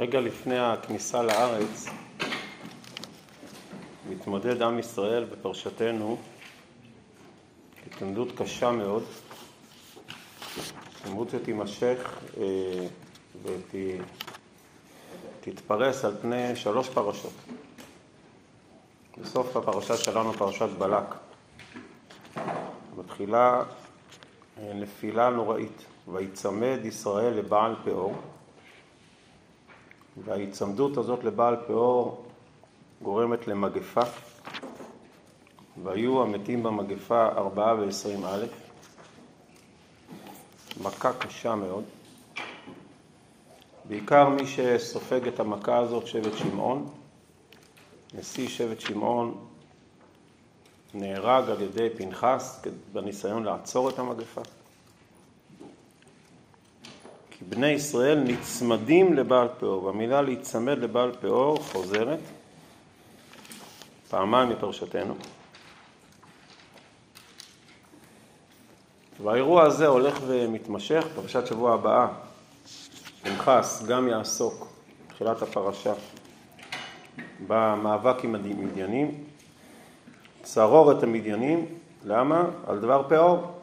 רגע לפני הכניסה לארץ מתמודד עם ישראל בפרשתנו התמודדות קשה מאוד, התמודדות שתימשך ותתפרס על פני 3 פרשות. בסוף הפרשה שלנו, פרשת בלק, מתחילה נפילה נוראית, ויצמד ישראל לבעל פאור, וההצמדות הזאת לבעל פאור גורמת למגפה, והיו המתים במגפה 24,000, מכה קשה מאוד. בעיקר מי שסופג את המכה הזאת שבט שמעון. נשיא שבט שמעון נהרג על ידי פנחס בניסיון לעצור את המגפה. כי בני ישראל נצמדים לבעל פאור, והמילה להצמד לבעל פאור חוזרת פעמיים מפרשתנו. והאירוע הזה הולך ומתמשך. פרשת שבוע הבאה פנחס גם יעסוק בתחילת הפרשה במאבק עם המדיינים, צרור את המדיינים. למה? על דבר פאור.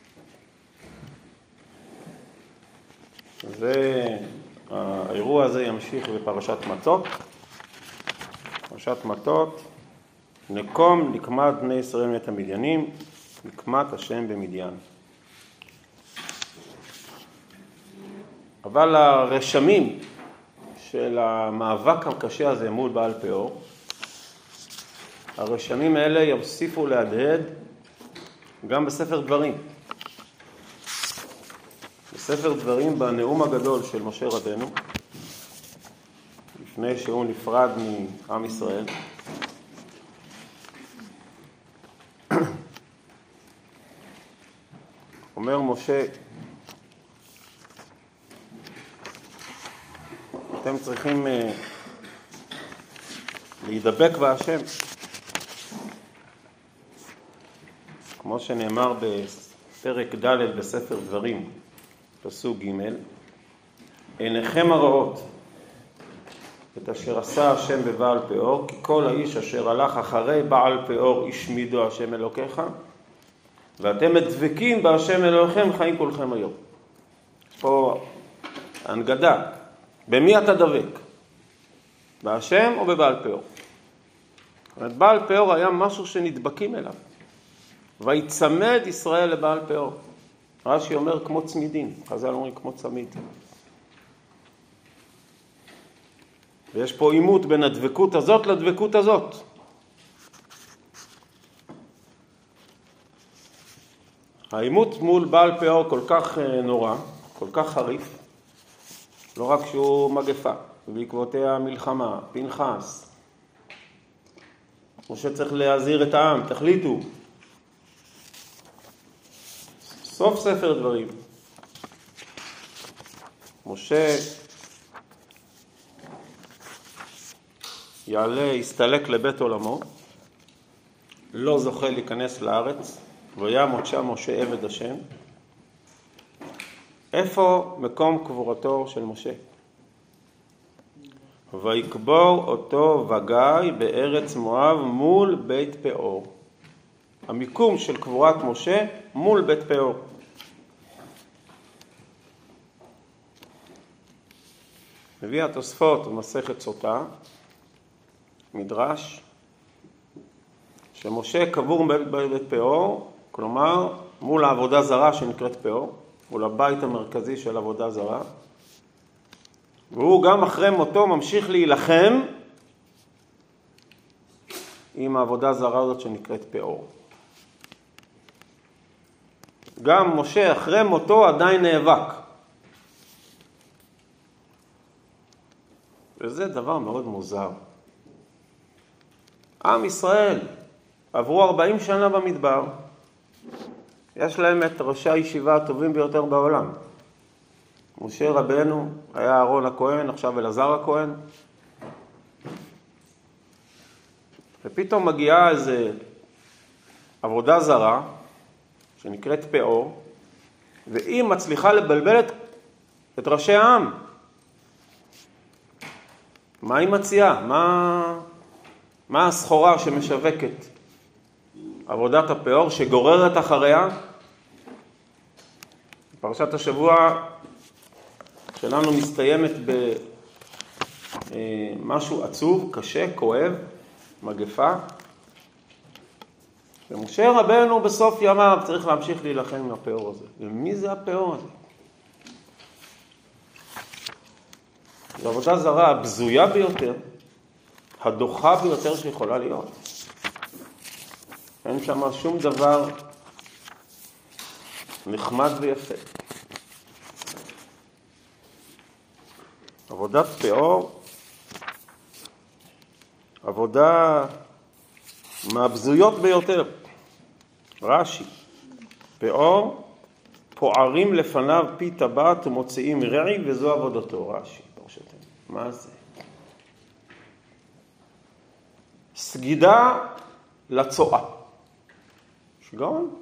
והאירוע הזה ימשיך בפרשת מטות. פרשת מטות, נקום נקמת בני ישראל את המדיינים, נקמת השם במדיין. אבל הרשמים של המאבק הקשה הזה מול בעל פאור, הרשמים האלה יוסיפו להדהד גם בספר דברים. בספר דברים, בנאום הגדול של משה רבנו, לפני שהוא נפרד מעם ישראל, אומר משה, אתם צריכים להידבק בהשם, כמו שנאמר בפרק ד' בספר דברים, פסוק ג', עיניכם הרעות את אשר עשה השם בבעל פאור, כי כל האיש אשר הלך אחרי בעל פאור ישמידו השם אלוקיך, ואתם דבקים בהשם אלוהיכם חיים כולכם היום. פה הנגדה, במי אתה דבק? בהשם או בבעל פאור? בעל פאור היה משהו שנדבקים אליו. ויצמד ישראל לבעל פאור. רש"י אומר כמו צמידים, חז"ל אומרים כמו צמיד. ויש פה עימות בין הדבקות הזאת לדבקות הזאת. העימות מול בעל פאור כל כך נורא, כל כך חריף, לא רק שהוא מגפה, ובעקבותיה מלחמה, פנחס. משה צריך להזהיר את העם, תחליטו. סוף ספר דברים. משה יסתלק לבית עולמו, לא זוכה להיכנס לארץ, וימות שם משה עבד השם. איפה מקום קבורתו של משה? ויקבור אותו וגיא בארץ מואב מול בית פאור. המיקום של קבורת משה מול בית פאור. מביא התוספות במסכת סוטה, מדרש, שמשה קבור בבית פאור, כלומר מול העבודה זרה שנקראת פאור, מול הבית המרכזי של עבודה זרה, והוא גם אחרי מותו ממשיך להילחם עם העבודה זרה הזאת שנקראת פאור. גם משה אחרי מותו עדיין נאבק. וזה דבר מאוד מוזר. עם ישראל עברו 40 שנה במדבר, יש להם את ראשי הישיבה הטובים ביותר בעולם. משה רבנו היה אהרון הכהן, עכשיו אלעזר הכהן. ופתאום מגיעה איזו עבודה זרה שנקראת פאור, והיא מצליחה לבלבל את ראשי העם. מה היא מציעה? מה הסחורה שמשווקת? עבודת הפאור שגוררת אחריה. פרשת השבוע שלנו מסתיימת במשהו עצוב, קשה, כואב, מגפה. ומשה רבנו בסוף ימיו צריך להמשיך להילחם עם הפאור הזה. ומי זה הפאור הזה? זו עבודה זרה הבזויה ביותר, הדוחה ביותר שיכולה להיות. אין שם שום דבר נחמד ויפה. עבודת פאור, עבודה מהבזויות ביותר. רש"י, פאור, פוערים לפניו פי טבעת ומוציאים רעי, וזו עבודתו. רש"י, פרשתנו. מה זה? סגידה לצועה. שגאון.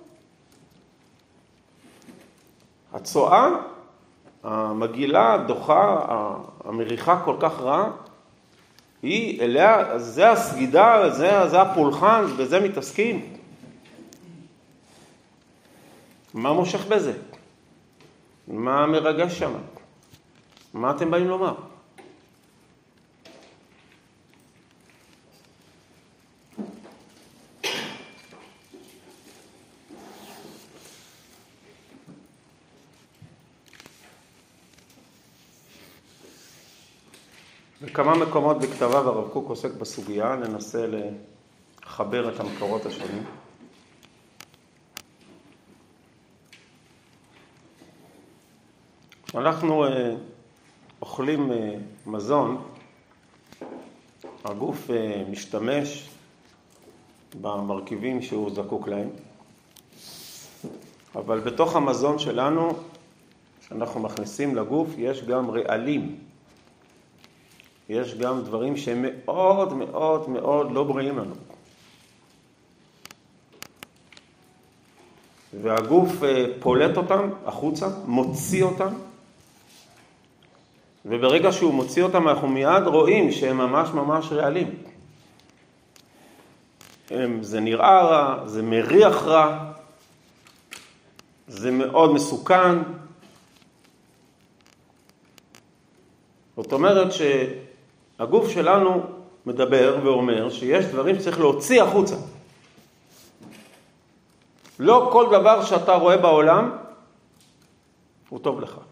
הצועה, המגילה, הדוחה, המריחה כל כך רע, היא אליה, זה הסגידה, זה הפולחן, בזה מתעסקים. מה מושך בזה? מה מרגש שם? מה אתם באים לומר? בכמה מקומות בכתביו הרב קוק עוסק בסוגיה, ננסה לחבר את המקורות השונים. כשאנחנו אוכלים מזון, הגוף משתמש במרכיבים שהוא זקוק להם, אבל בתוך המזון שלנו, שאנחנו מכניסים לגוף, יש גם רעלים. יש גם דברים שהם מאוד מאוד מאוד לא בריאים לנו. והגוף פולט אותם החוצה, מוציא אותם, וברגע שהוא מוציא אותם אנחנו מיד רואים שהם ממש ממש רעלים. זה נראה רע, זה מריח רע, זה מאוד מסוכן. זאת אומרת שהגוף שלנו מדבר ואומר שיש דברים שצריך להוציא החוצה. לא כל דבר שאתה רואה בעולם הוא טוב לך.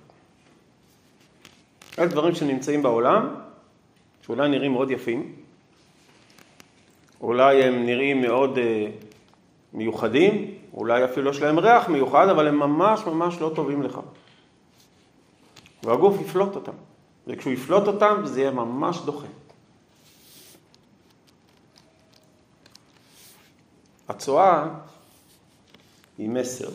יש דברים שנמצאים בעולם, שאולי נראים מאוד יפים, אולי הם נראים מאוד מיוחדים, אולי אפילו יש להם ריח מיוחד, אבל הם ממש ממש לא טובים לך. והגוף יפלוט אותם. וכשהוא יפלוט אותם, זה יהיה ממש דוחה. הצועה היא מסר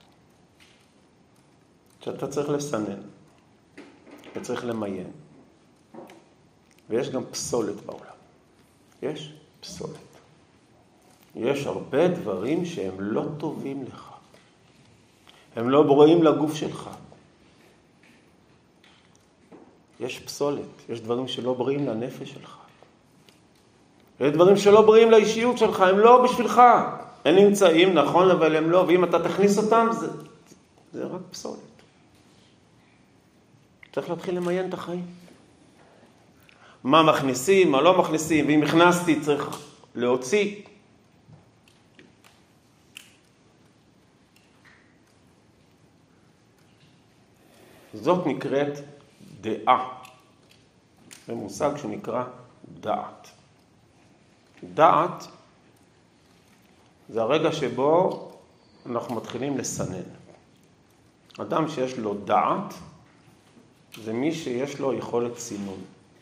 שאתה צריך לסנן, אתה צריך למיין. ויש גם פסולת בעולם. יש פסולת. יש הרבה דברים שהם לא טובים לך. הם לא ברואים לגוף שלך. יש פסולת, יש דברים שלא בריאים לנפש שלך. יש דברים שלא בריאים לאישיות שלך, הם לא בשבילך. הם נמצאים, נכון, אבל הם לא, ואם אתה תכניס אותם, זה רק פסולת. צריך להתחיל למיין את החיים. מה מכניסים, מה לא מכניסים, ואם הכנסתי צריך להוציא. זאת נקראת דעה. זה מושג שנקרא דעת. דעת זה הרגע שבו אנחנו מתחילים לסנן. אדם שיש לו דעת זה מי שיש לו יכולת סינון.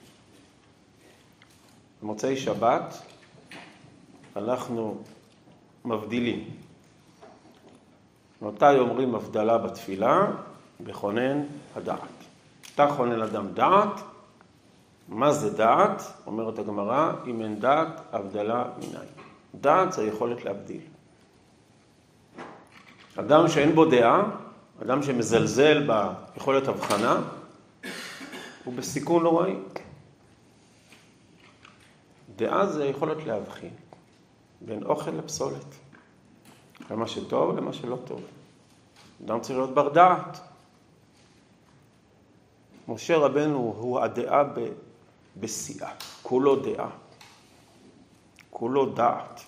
במוצאי שבת אנחנו מבדילים. מתי אומרים הבדלה בתפילה? בכונן הדעת. אתה כונן אדם דעת. מה זה דעת? אומרת הגמרא, אם אין דעת, הבדלה מניין. דעת זה יכולת להבדיל. אדם שאין בו דעה, אדם שמזלזל ביכולת הבחנה, הוא בסיכון נוראי. דעה זה יכולת להבחין בין אוכל לפסולת. למה שטוב ולמה שלא טוב. אדם צריך להיות בר דעת. משה רבנו הוא הדעה בשיאה. כולו דעה. כולו דעת.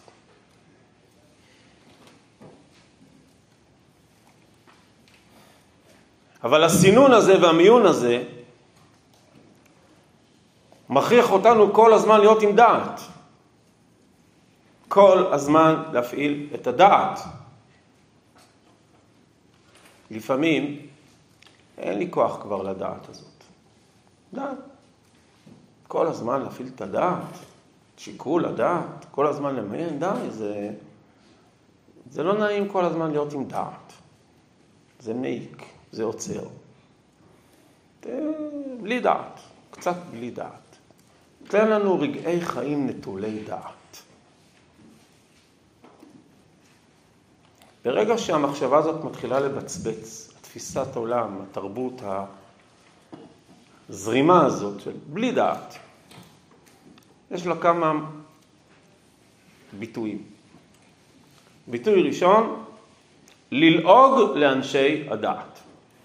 אבל הסינון הזה והמיון הזה מכריח אותנו כל הזמן להיות עם דעת. כל הזמן להפעיל את הדעת. לפעמים אין לי כוח כבר לדעת הזאת. דעת. כל הזמן להפעיל את הדעת. שיקול הדעת. כל הזמן למיין. די, זה לא נעים כל הזמן להיות עם דעת. זה מעיק. זה עוצר. בלי דעת. קצת בלי דעת. תן לנו רגעי חיים נטולי דעת. ברגע שהמחשבה הזאת מתחילה לבצבץ, תפיסת עולם, התרבות, הזרימה הזאת של בלי דעת, יש לה כמה ביטויים. ביטוי ראשון, ללעוג לאנשי הדעת.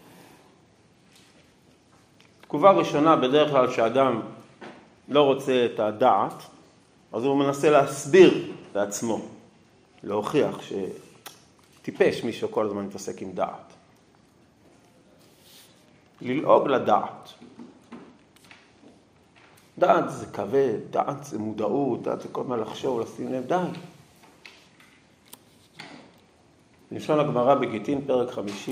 תגובה ראשונה בדרך כלל שאדם לא רוצה את הדעת, אז הוא מנסה להסביר לעצמו, להוכיח שטיפש מישהו כל הזמן מתעסק עם דעת. ללעוג לדעת. דעת זה כבד, דעת זה מודעות, דעת זה כל מה לחשוב, לשים לב, די. לשון הגמרא בגיטין פרק 5,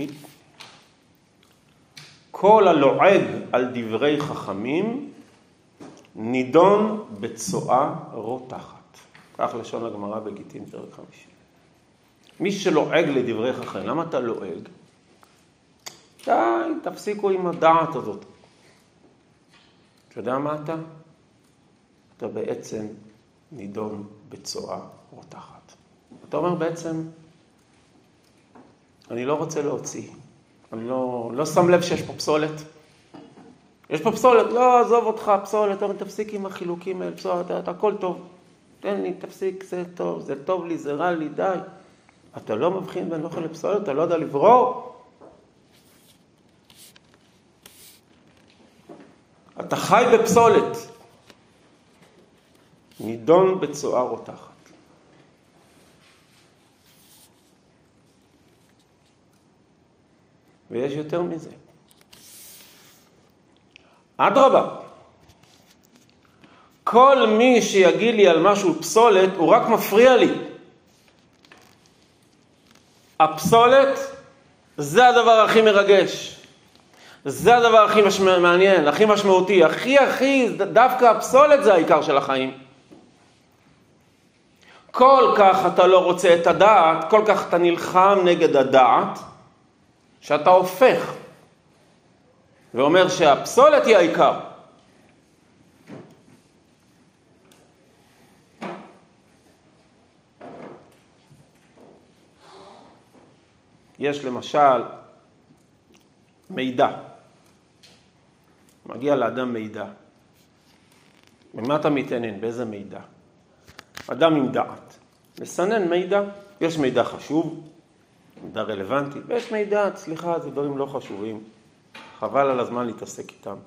כל הלועג על דברי חכמים נידון בצואה רותחת. כך לשון הגמרא בגיטין פרק 5. מי שלועג לדברי חכמים, למה אתה לועג? די, תפסיקו עם הדעת הזאת. אתה יודע מה אתה? אתה בעצם נידון בצואה רותחת. אתה אומר בעצם, אני לא רוצה להוציא. אני לא שם לב שיש פה פסולת. יש פה פסולת, לא, עזוב אותך, פסולת, אבל תפסיק עם החילוקים האלה, פסולת, אתה הכל טוב. תן לי, תפסיק, זה טוב לי, זה רע לי, די. אתה לא מבחין בין אוכל לפסולת, אתה לא יודע לברור. אתה חי בפסולת. נידון בצואה רותחת. ויש יותר מזה. אדרבה. כל מי שיגיד לי על משהו פסולת, הוא רק מפריע לי. הפסולת זה הדבר הכי מרגש. זה הדבר הכי מעניין, הכי משמעותי. הכי, דווקא הפסולת זה העיקר של החיים. כל כך אתה לא רוצה את הדעת, כל כך אתה נלחם נגד הדעת, שאתה הופך ואומר שהפסולת היא העיקר. יש למשל מידע. מגיע לאדם מידע. במה אתה מתעניין? באיזה מידע? אדם עם דעת. מסנן מידע. יש מידע חשוב, מידע רלוונטי, ויש מידע, סליחה, זה דברים לא חשובים. חבל על הזמן להתעסק איתם.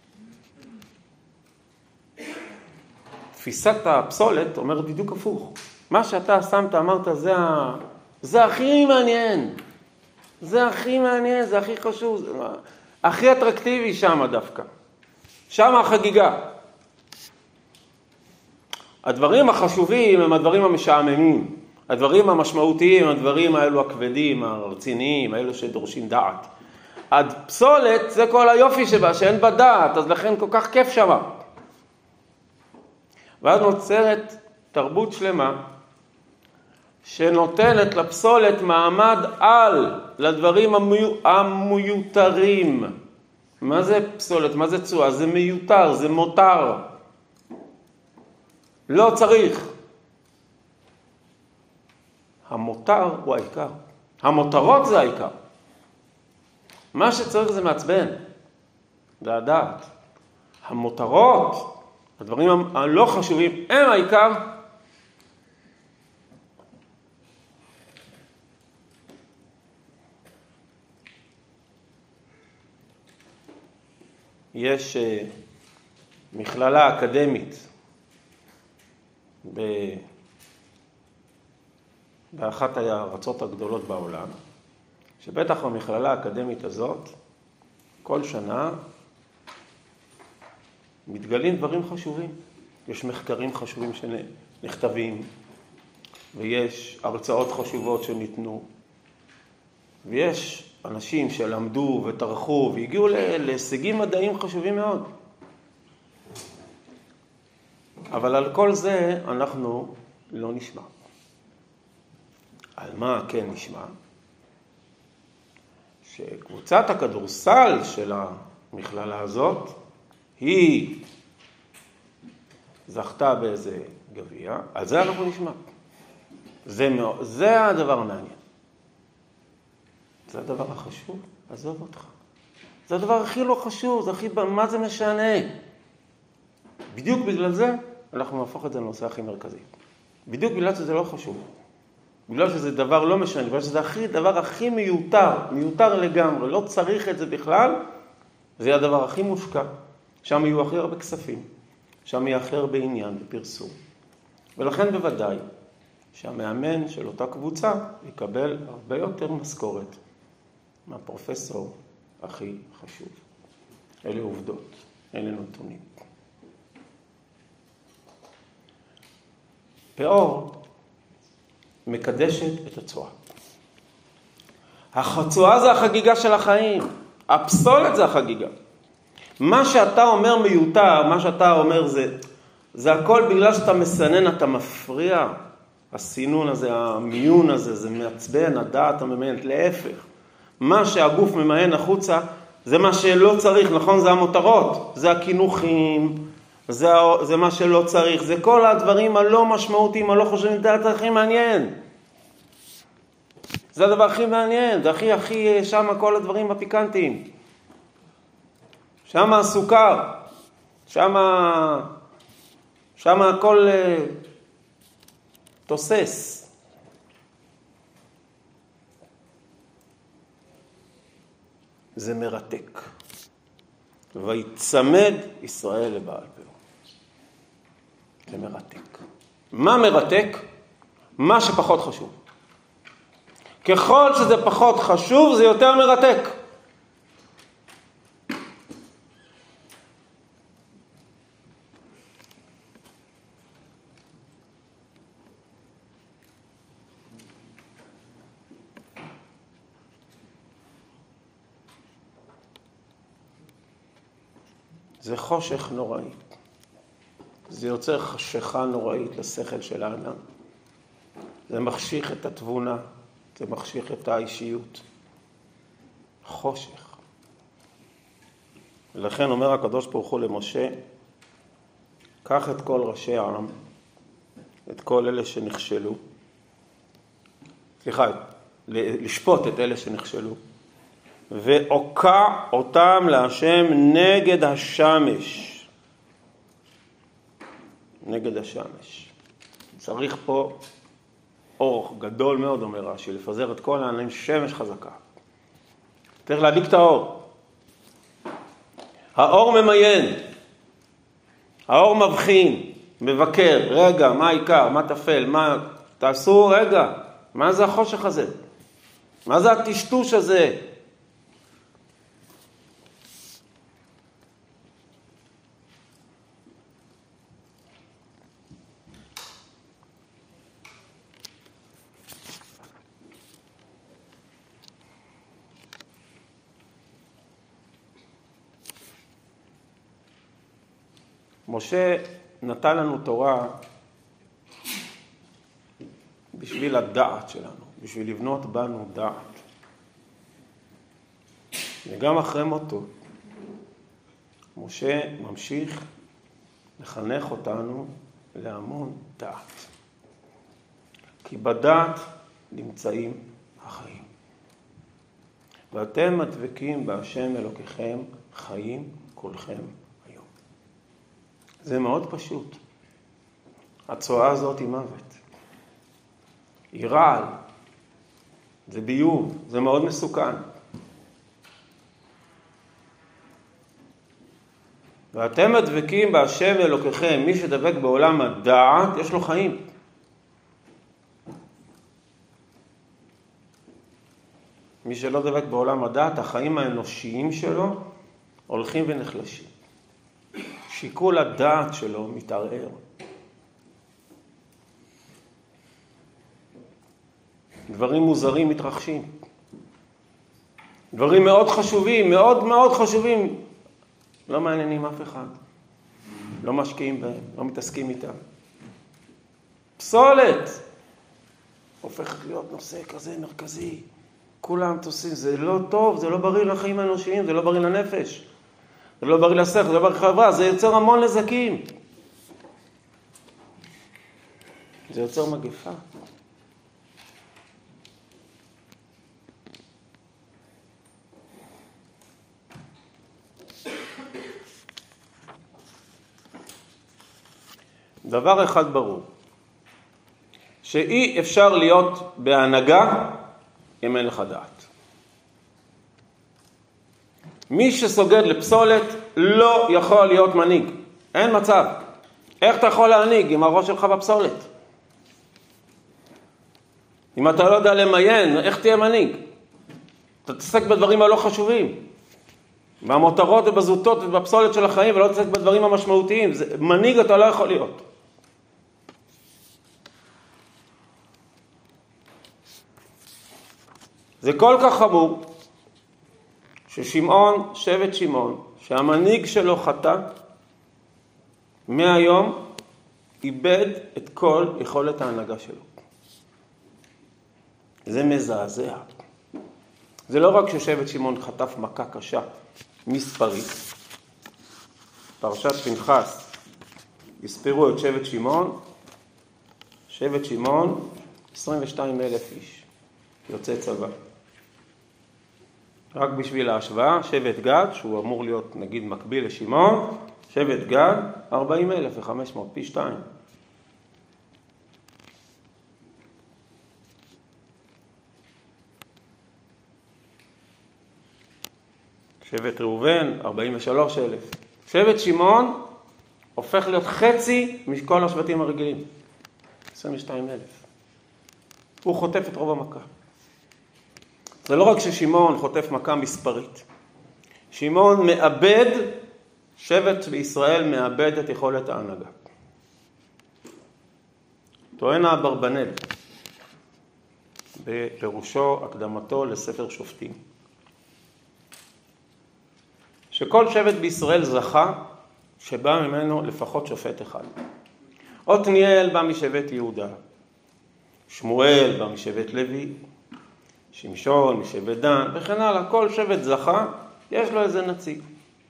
תפיסת הפסולת אומרת בדיוק הפוך. מה שאתה שמת, אמרת, זה הכי מעניין. זה הכי מעניין, זה הכי חשוב. זה הכי אטרקטיבי שם דווקא. שם החגיגה. הדברים החשובים הם הדברים המשעממים. הדברים המשמעותיים הם הדברים האלו הכבדים, הרציניים, האלו שדורשים דעת. הפסולת זה כל היופי שבה, שאין בה דעת, אז לכן כל כך כיף שמה. ואז נוצרת תרבות שלמה, שנותנת לפסולת מעמד על לדברים המיותרים. מה זה פסולת? מה זה צועה? זה מיותר, זה מותר. לא צריך. המותר הוא העיקר. המותרות זה העיקר. מה שצריך זה מעצבן. זה הדעת. המותרות הדברים הלא חשובים הם העיקר. יש מכללה אקדמית באחת הארצות הגדולות בעולם, שבטח במכללה האקדמית הזאת, כל שנה מתגלים דברים חשובים. יש מחקרים חשובים שנכתבים, ויש הרצאות חשובות שניתנו, ויש אנשים שלמדו וטרחו והגיעו להישגים מדעיים חשובים מאוד. אבל על כל זה אנחנו לא נשמע. על מה כן נשמע? שקבוצת הכדורסל של המכללה הזאת, היא זכתה באיזה גביע, על זה אנחנו נשמע. זה הדבר המעניין. זה הדבר החשוב, עזוב אותך. זה הדבר הכי לא חשוב, זה הכי, מה זה משנה? בדיוק בגלל זה אנחנו נהפוך את זה לנושא הכי מרכזי. בדיוק בגלל שזה לא חשוב. בגלל שזה דבר לא משנה, בגלל שזה דבר הכי מיותר לגמרי, לא צריך את זה בכלל, זה הדבר הכי מושקע. שם יהיו הכי הרבה כספים, שם יהיה הכי הרבה עניין בפרסום. ולכן בוודאי שהמאמן של אותה קבוצה יקבל הרבה יותר משכורת מהפרופסור הכי חשוב. אלה עובדות, אלה נתונים. פאור מקדשת את הצועה. הצועה זה החגיגה של החיים. הפסולת זה החגיגה. מה שאתה אומר מיותר, מה שאתה אומר זה הכל בגלל שאתה מסנן, אתה מפריע. הסינון הזה, המיון הזה, זה מעצבן, הדעת הממיינת, להפך. מה שהגוף ממייין החוצה, זה מה שלא צריך, נכון? זה המותרות, זה הכינוחים, זה מה שלא צריך, זה כל הדברים הלא משמעותיים, הלא חושבים, זה הכי מעניין. זה הדבר הכי מעניין, זה הכי שם כל הדברים הפיקנטיים. שם הסוכר, שם הכל תוסס. זה מרתק. ויצמד ישראל לבעל פאור. זה מרתק. מה מרתק? מה שפחות חשוב. ככל שזה פחות חשוב, זה יותר מרתק. זה חושך נוראי. זה יוצר חשיכה נוראית לשכל של האדם. זה מחשיך את התבונה, זה מחשיך את האישיות. חושך. ולכן אומר הקדוש ברוך הוא למשה, קח את כל ראשי העם, את כל אלה שנכשלו, לשפוט את אלה שנכשלו, ואוקע אותם להשם נגד השמש. נגד השמש. צריך פה אור גדול מאוד, אומר רש"י, לפזר את כל העננים, שמש חזקה. צריך להדליק את האור. האור ממיין. האור מבחין, מבקר. רגע, מה העיקר? מה תפל? מה תעשו? רגע. מה זה החושך הזה? מה זה הטשטוש הזה? משה נתן לנו תורה בשביל הדעת שלנו, בשביל לבנות בנו דעת. וגם אחרי מותו, משה ממשיך לחנך אותנו להמון דעת. כי בדעת נמצאים החיים. ואתם הדבקים בהשם אלוקיכם חיים כולכם. זה מאוד פשוט. הצואה הזאת היא מוות. היא רעל. זה ביוב. זה מאוד מסוכן. ואתם הדבקים בהשם אלוקיכם, מי שדבק בעולם הדעת, יש לו חיים. מי שלא דבק בעולם הדעת, החיים האנושיים שלו הולכים ונחלשים. שיקול הדעת שלו מתערער. דברים מוזרים מתרחשים. דברים מאוד חשובים, מאוד מאוד חשובים, לא מעניינים אף אחד. לא משקיעים בהם, לא מתעסקים איתם. פסולת הופכת להיות נושא כזה מרכזי. כולם תוסעים, זה לא טוב, זה לא בריא לחיים האנושיים, זה לא בריא לנפש. זה לא בריא לשכל, זה לא בריא לחברה, זה יוצר המון נזקים. זה יוצר מגפה. דבר אחד ברור, שאי אפשר להיות בהנהגה אם אין לך דעת. מי שסוגד לפסולת לא יכול להיות מנהיג. אין מצב. איך אתה יכול להנהיג עם הראש שלך בפסולת? אם אתה לא יודע למיין, איך תהיה מנהיג? אתה תעסק בדברים הלא חשובים. במותרות ובזוטות ובפסולת של החיים, ולא תעסק בדברים המשמעותיים. מנהיג אתה לא יכול להיות. זה כל כך חמור, ששמעון, שבט שמעון, שהמנהיג שלו חטא, מהיום איבד את כל יכולת ההנהגה שלו. זה מזעזע. זה לא רק ששבט שמעון חטף מכה קשה, מספרית. פרשת פנחס, הספירו את שבט שמעון. שבט שמעון, 22,000 איש, יוצא צבא. רק בשביל ההשוואה, שבט גד, שהוא אמור להיות נגיד מקביל לשמעון, שבט גד, 40,500, פי 2. שבט ראובן, 43,000. שבט שמעון הופך להיות חצי מכל השבטים הרגילים. 22,000. הוא חוטף את רוב המכה. זה לא רק ששמעון חוטף מכה מספרית. שמעון מאבד, שבט בישראל מאבד את יכולת ההנהגה. טוען האברבנאל, בפירושו הקדמתו לספר שופטים, שכל שבט בישראל זכה שבא ממנו לפחות שופט אחד. עתניאל בא משבט יהודה, שמואל בא משבט לוי, שמשון משבט דן, וכן הלאה. כל שבט זכה, יש לו איזה נציג.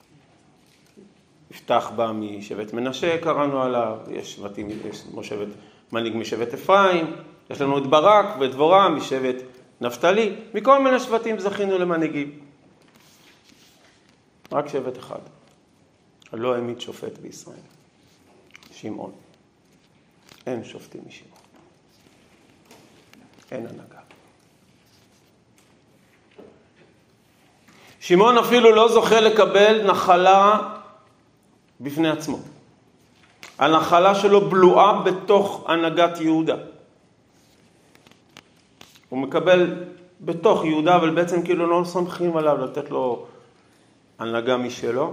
יפתח בא משבט מנשה, קראנו עליו, יש שבטים, יש שבט מנהיג משבט אפרים, יש לנו את ברק ואת דבורה משבט נפתלי, מכל מיני שבטים זכינו למנהיגים. רק שבט אחד, לא העמיד שופט בישראל, שמעון. אין שופטים משמעון. אין הנהגה. שמעון אפילו לא זוכה לקבל נחלה בפני עצמו. הנחלה שלו בלועה בתוך הנהגת יהודה. הוא מקבל בתוך יהודה, אבל בעצם כאילו לא סומכים עליו לתת לו הנהגה משלו.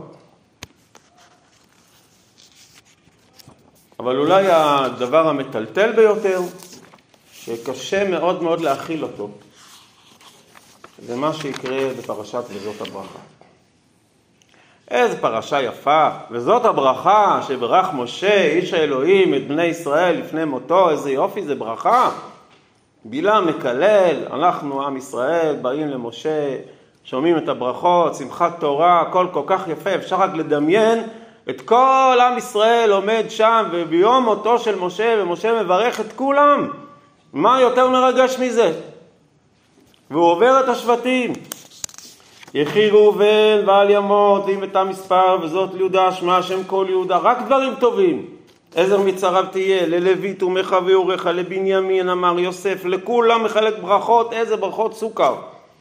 אבל אולי הדבר המטלטל ביותר, שקשה מאוד מאוד להכיל אותו, זה מה שיקרה בפרשת וזאת הברכה. איזה פרשה יפה, וזאת הברכה שברך משה, איש האלוהים, את בני ישראל לפני מותו, איזה יופי, זה ברכה. בילה מקלל, אנחנו עם ישראל באים למשה, שומעים את הברכות, שמחת תורה, הכל כל כך יפה, אפשר רק לדמיין את כל עם ישראל עומד שם, וביום מותו של משה, ומשה מברך את כולם. מה יותר מרגש מזה? והוא עובר את השבטים, יחי ראובן ועל ימות ואם את המספר וזאת ליהודה שמע שם כל יהודה, רק דברים טובים. עזר מצריו תהיה, ללוי תומך ואורך, לבנימין אמר יוסף, לכולם מחלק ברכות, איזה ברכות? סוכר.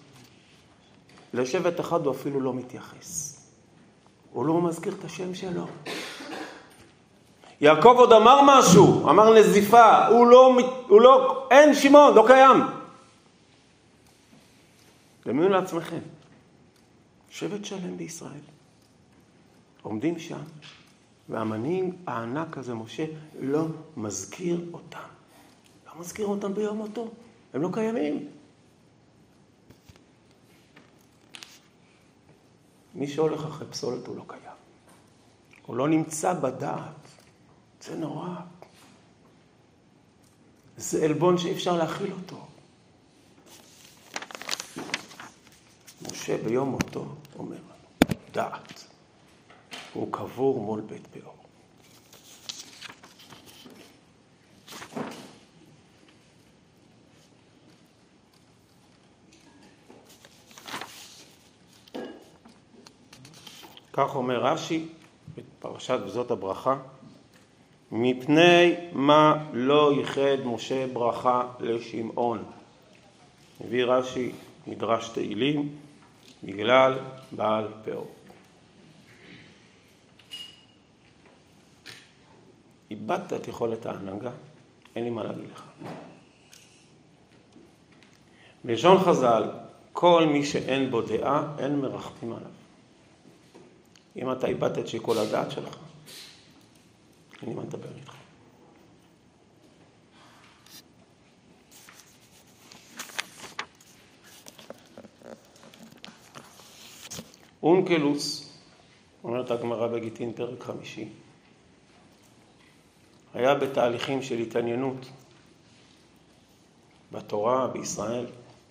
לשבט אחד הוא אפילו לא מתייחס, הוא לא מזכיר את השם שלו. יעקב עוד אמר משהו, אמר נזיפה, אין שמעון, לא קיים. דמיינו לעצמכם, שבט שלם בישראל, עומדים שם, והמנהיג הענק הזה, משה, לא מזכיר אותם. לא מזכיר אותם ביום מותו, הם לא קיימים. מי שהולך אחרי פסולת הוא לא קיים. הוא לא נמצא בדעת. זה נורא. זה אלבון שאי אפשר להכיל אותו. משה ביום מותו אומר לנו, דעת. הוא קבור מול בית פאור. כך אומר רש"י בפרשת וזאת הברכה, מפני מה לא ייחד משה ברכה לשמעון. מביא רש"י מדרש תהילים, בגלל בעל פאור. איבדת את יכולת ההנהגה, אין לי מה להגיד לך. בלשון חז"ל, כל מי שאין בו דעה, אין מרחמים עליו. אם אתה איבדת את שיקול הדעת שלך, אין לי מה לדבר איתך. אונקלוס, אומרת הגמרא בגיטין פרק 5, היה בתהליכים של התעניינות בתורה בישראל,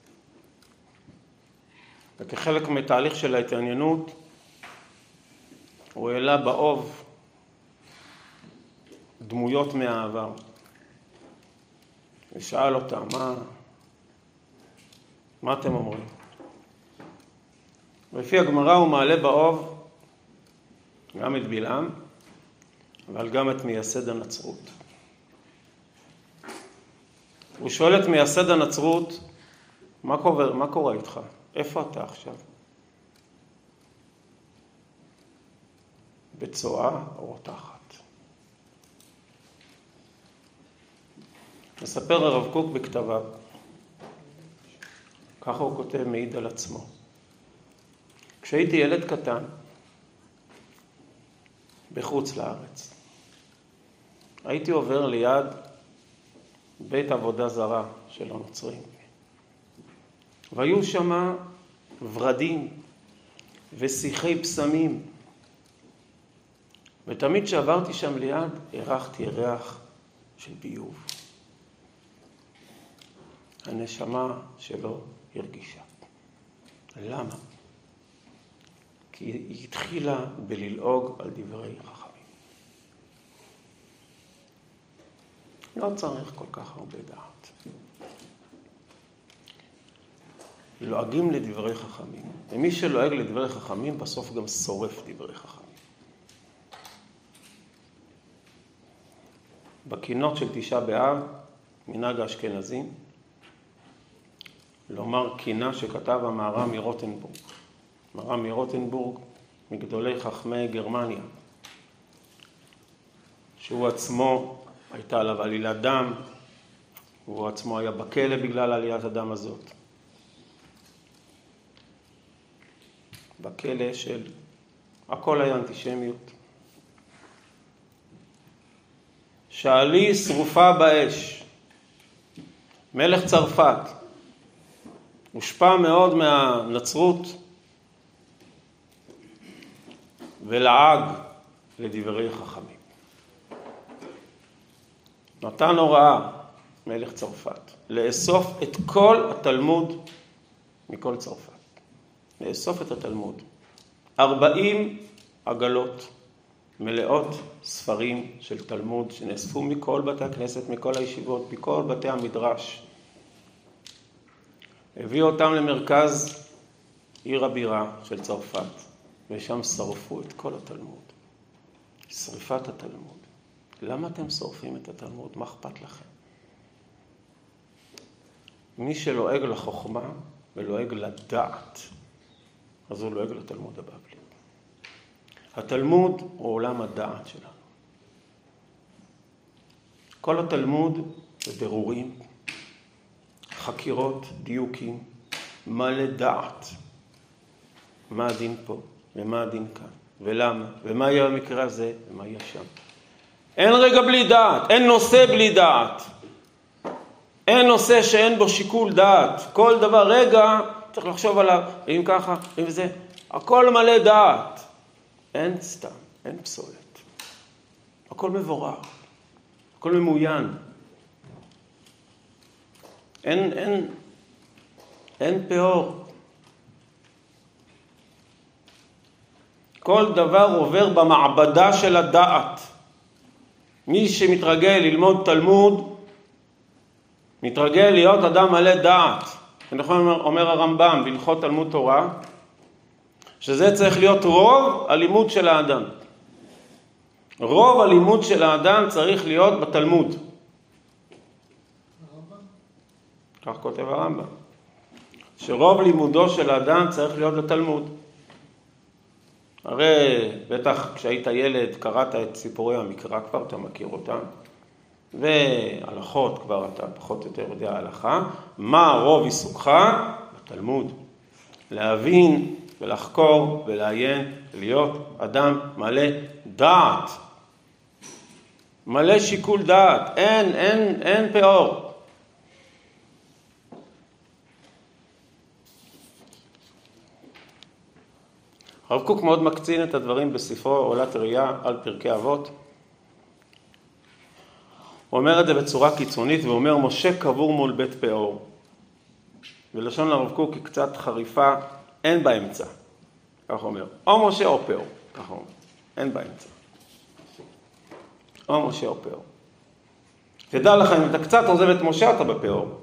וכחלק מתהליך של ההתעניינות הוא העלה באוב דמויות מהעבר ושאל אותם, מה אתם אומרים? ולפי הגמרא הוא מעלה באוב גם את בלעם, אבל גם את מייסד הנצרות. הוא שואל את מייסד הנצרות, מה קורה איתך? איפה אתה עכשיו? בצואה או רותחת. מספר הרב קוק בכתביו, ככה הוא כותב, מעיד על עצמו. כשהייתי ילד קטן, בחוץ לארץ, הייתי עובר ליד בית עבודה זרה של הנוצרים. והיו שם ורדים ושיחי פסמים. ותמיד שעברתי שם ליד, הרחתי ריח של ביוב. הנשמה שלו הרגישה. למה? כי היא התחילה בללעוג על דברי חכמים. לא צריך כל כך הרבה דעת. לועגים לדברי חכמים. ומי שלועג לדברי חכמים, בסוף גם שורף דברי חכמים. בקינות של תשעה באב, מנהג האשכנזים, לומר קינה שכתב המהר"ם מרוטנבורג. מהר"ם מרוטנבורג, מגדולי חכמי גרמניה, שהוא עצמו הייתה עליו עלילת דם, והוא עצמו היה בכלא בגלל עליית הדם הזאת. בכלא של הכל היה אנטישמיות. שאלי שרופה באש. מלך צרפת הושפע מאוד מהנצרות ולעג לדברי חכמים. נתן הוראה מלך צרפת לאסוף את כל התלמוד מכל צרפת. לאסוף את התלמוד. 40 עגלות מלאות ספרים של תלמוד שנאספו מכל בתי הכנסת, מכל הישיבות, מכל בתי המדרש. הביא אותם למרכז עיר הבירה של צרפת, ושם שרפו את כל התלמוד. שריפת התלמוד. למה אתם שורפים את התלמוד? מה אכפת לכם? מי שלועג לחוכמה ולועג לדעת, אז הוא לועג לתלמוד הבבלי. התלמוד הוא עולם הדעת שלנו. כל התלמוד זה בירורים, חקירות, דיוקים, מלא דעת. מה הדין פה ומה הדין כאן ולמה ומה יהיה במקרה הזה ומה יהיה שם. אין רגע בלי דעת, אין נושא בלי דעת. אין נושא שאין בו שיקול דעת. כל דבר רגע צריך לחשוב עליו, אם ככה, אם זה. הכל מלא דעת. אין סתם, אין פסולת. הכל מבורר. הכל ממוין. אין פאור. כל דבר עובר במעבדה של הדעת. מי שמתרגל ללמוד תלמוד, מתרגל להיות אדם מלא דעת. נכון אומר הרמב"ם בהלכות תלמוד תורה, שזה צריך להיות רוב הלימוד של האדם. רוב הלימוד של האדם צריך להיות בתלמוד. כך כותב הרמב"ם. שרוב לימודו של האדם צריך להיות בתלמוד. הרי בטח כשהיית ילד קראת את סיפורי המקרא, כבר אתה מכיר אותם. והלכות כבר אתה פחות או יותר יודע הלכה. מה רוב עיסוקך? בתלמוד. להבין ולחקור ולעיין, להיות אדם מלא דעת. מלא שיקול דעת. אין פאור. הרב קוק מאוד מקצין את הדברים בספרו עולת ראייה על פרקי אבות. הוא אומר את זה בצורה קיצונית, והוא אומר, משה קבור מול בית פאור. ולשון הרב קוק היא קצת חריפה, אין באמצע. כך הוא אומר, או משה או פאור. כך הוא אומר, אין באמצע. או משה או פאור. תדע לך, אם אתה קצת עוזב את משה, אתה בפאור.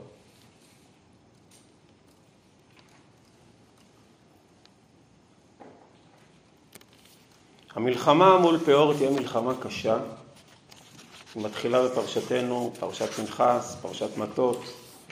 המלחמה מול פאור תהיה מלחמה קשה. היא מתחילה בפרשתנו, פרשת פנחס, פרשת מטות.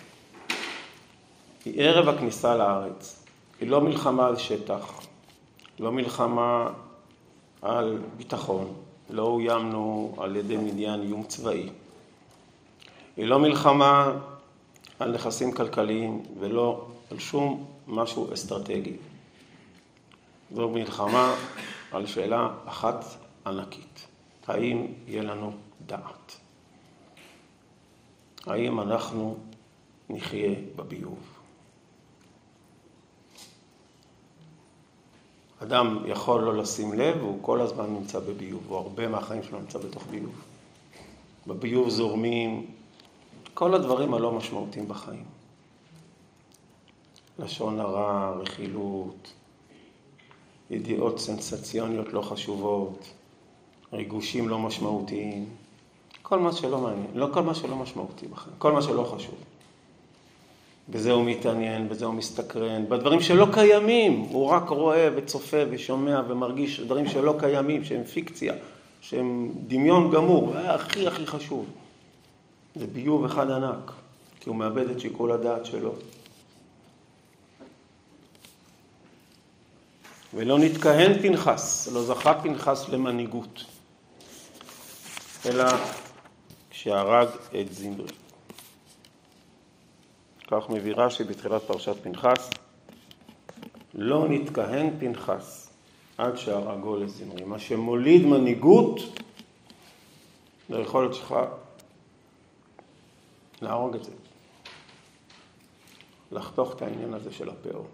היא ערב הכניסה לארץ. היא לא מלחמה על שטח, לא מלחמה על ביטחון, לא אוימנו על ידי מדיין איום צבאי. היא לא מלחמה על נכסים כלכליים ולא על שום משהו אסטרטגי. זו מלחמה על שאלה אחת ענקית. האם יהיה לנו דעת? האם אנחנו נחיה בביוב? אדם יכול לא לשים לב, הוא כל הזמן נמצא בביוב, הוא הרבה מהחיים שלו נמצא בתוך ביוב. בביוב זורמים כל הדברים הלא משמעותיים בחיים. לשון הרע, רכילות, ידיעות סנסציוניות לא חשובות, ריגושים לא משמעותיים, כל מה שלא מעניין, לא כל מה שלא משמעותי בחיים, כל מה שלא חשוב. בזה הוא מתעניין, בזה הוא מסתקרן, בדברים שלא קיימים, הוא רק רואה וצופה ושומע ומרגיש דברים שלא קיימים, שהם פיקציה, שהם דמיון גמור, הכי הכי חשוב. זה ביוב אחד ענק, כי הוא מאבד את שיקול הדעת שלו. ולא נתכהן פנחס, לא זכה פנחס למנהיגות, אלא כשהרג את זמרי. כך מביא רש"י בתחילת פרשת פנחס, לא נתכהן פנחס עד שהרגו לזמרי. מה שמוליד מנהיגות, זה יכולת שלך להרוג את זה. לחתוך את העניין הזה של הפאור.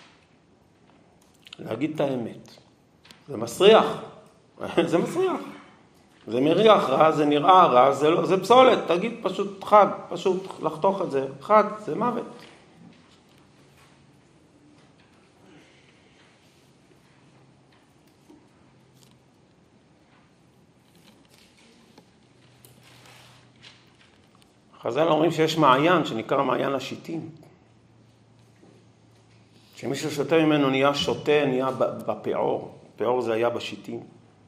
להגיד את האמת. זה מסריח. זה מסריח. זה מריח רע, זה נראה רע, זה פסולת. תגיד פשוט חד, פשוט לחתוך את זה. חד, זה מוות. חז"ל אומרים שיש מעיין שנקרא מעיין השיטים. כשמישהו שותה ממנו נהיה שותה, נהיה בפעור. פעור זה היה בשיטים.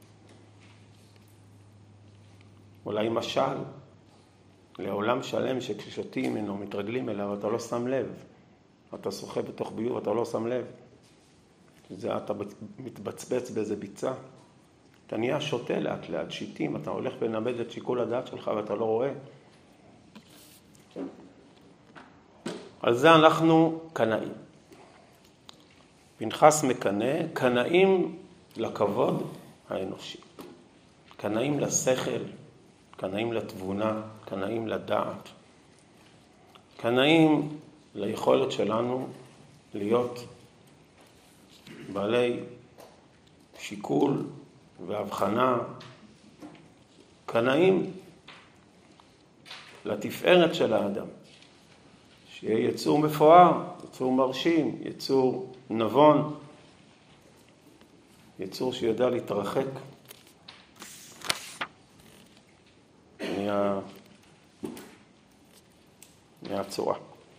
אולי משל לעולם שלם שכששותים ממנו, מתרגלים אליו, אתה לא שם לב. אתה שוחה בתוך ביוב, אתה לא שם לב. זה אתה מתבצבץ באיזה ביצה. אתה נהיה שותה לאט לאט, שיטים, אתה הולך לנבד את שיקול הדעת שלך ואתה לא רואה. על זה אנחנו קנאים. פנחס מקנא, קנאים לכבוד האנושי. קנאים לשכל, קנאים לתבונה, קנאים לדעת. קנאים ליכולת שלנו להיות בעלי שיקול והבחנה. קנאים לתפארת של האדם. שיהיה יצור מפואר, יצור מרשים, יצור נבון, יצור שיודע להתרחק מהצורה.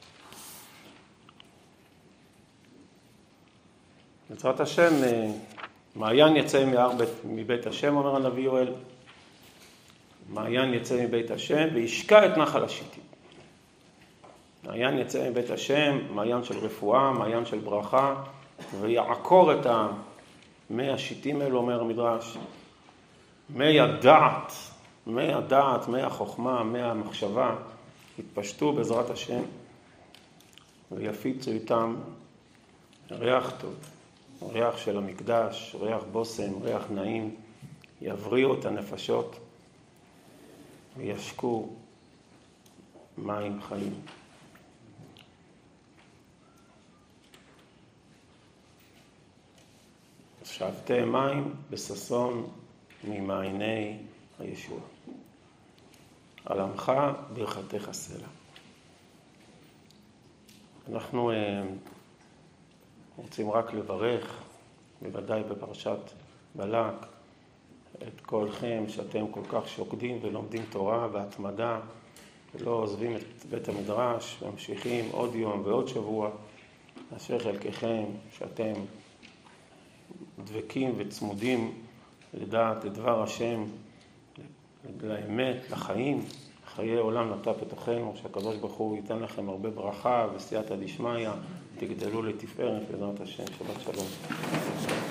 בעזרת השם, מעיין יצא מבית השם, אומר הנביא יואל, מעיין יצא מבית השם וישקע את נחל השיטים. מעיין יצא מבית השם, מעיין של רפואה, מעיין של ברכה, ויעקור את מי השיטים האלו, אומר המדרש, מי הדעת, מי החוכמה, מי המחשבה, יתפשטו בעזרת השם, ויפיצו איתם ריח טוב, ריח של המקדש, ריח בוסם, ריח נעים, יבריאו את הנפשות, וישקו מים חיים. שבתי מים בששון ממעייני הישוע. על עמך ברכתך סלע. אנחנו רוצים רק לברך, בוודאי בפרשת בלק, את כולכם שאתם כל כך שוקדים ולומדים תורה בהתמדה, ולא עוזבים את בית המדרש, וממשיכים עוד יום ועוד שבוע, אשר חלקכם שאתם דבקים וצמודים לדעת את דבר השם, לאמת, לחיים, חיי עולם נטע בתוכנו, שהקדוש ברוך הוא ייתן לכם הרבה ברכה וסייעתא דשמיא, תגדלו לתפארת בעזרת השם. שבת שלום.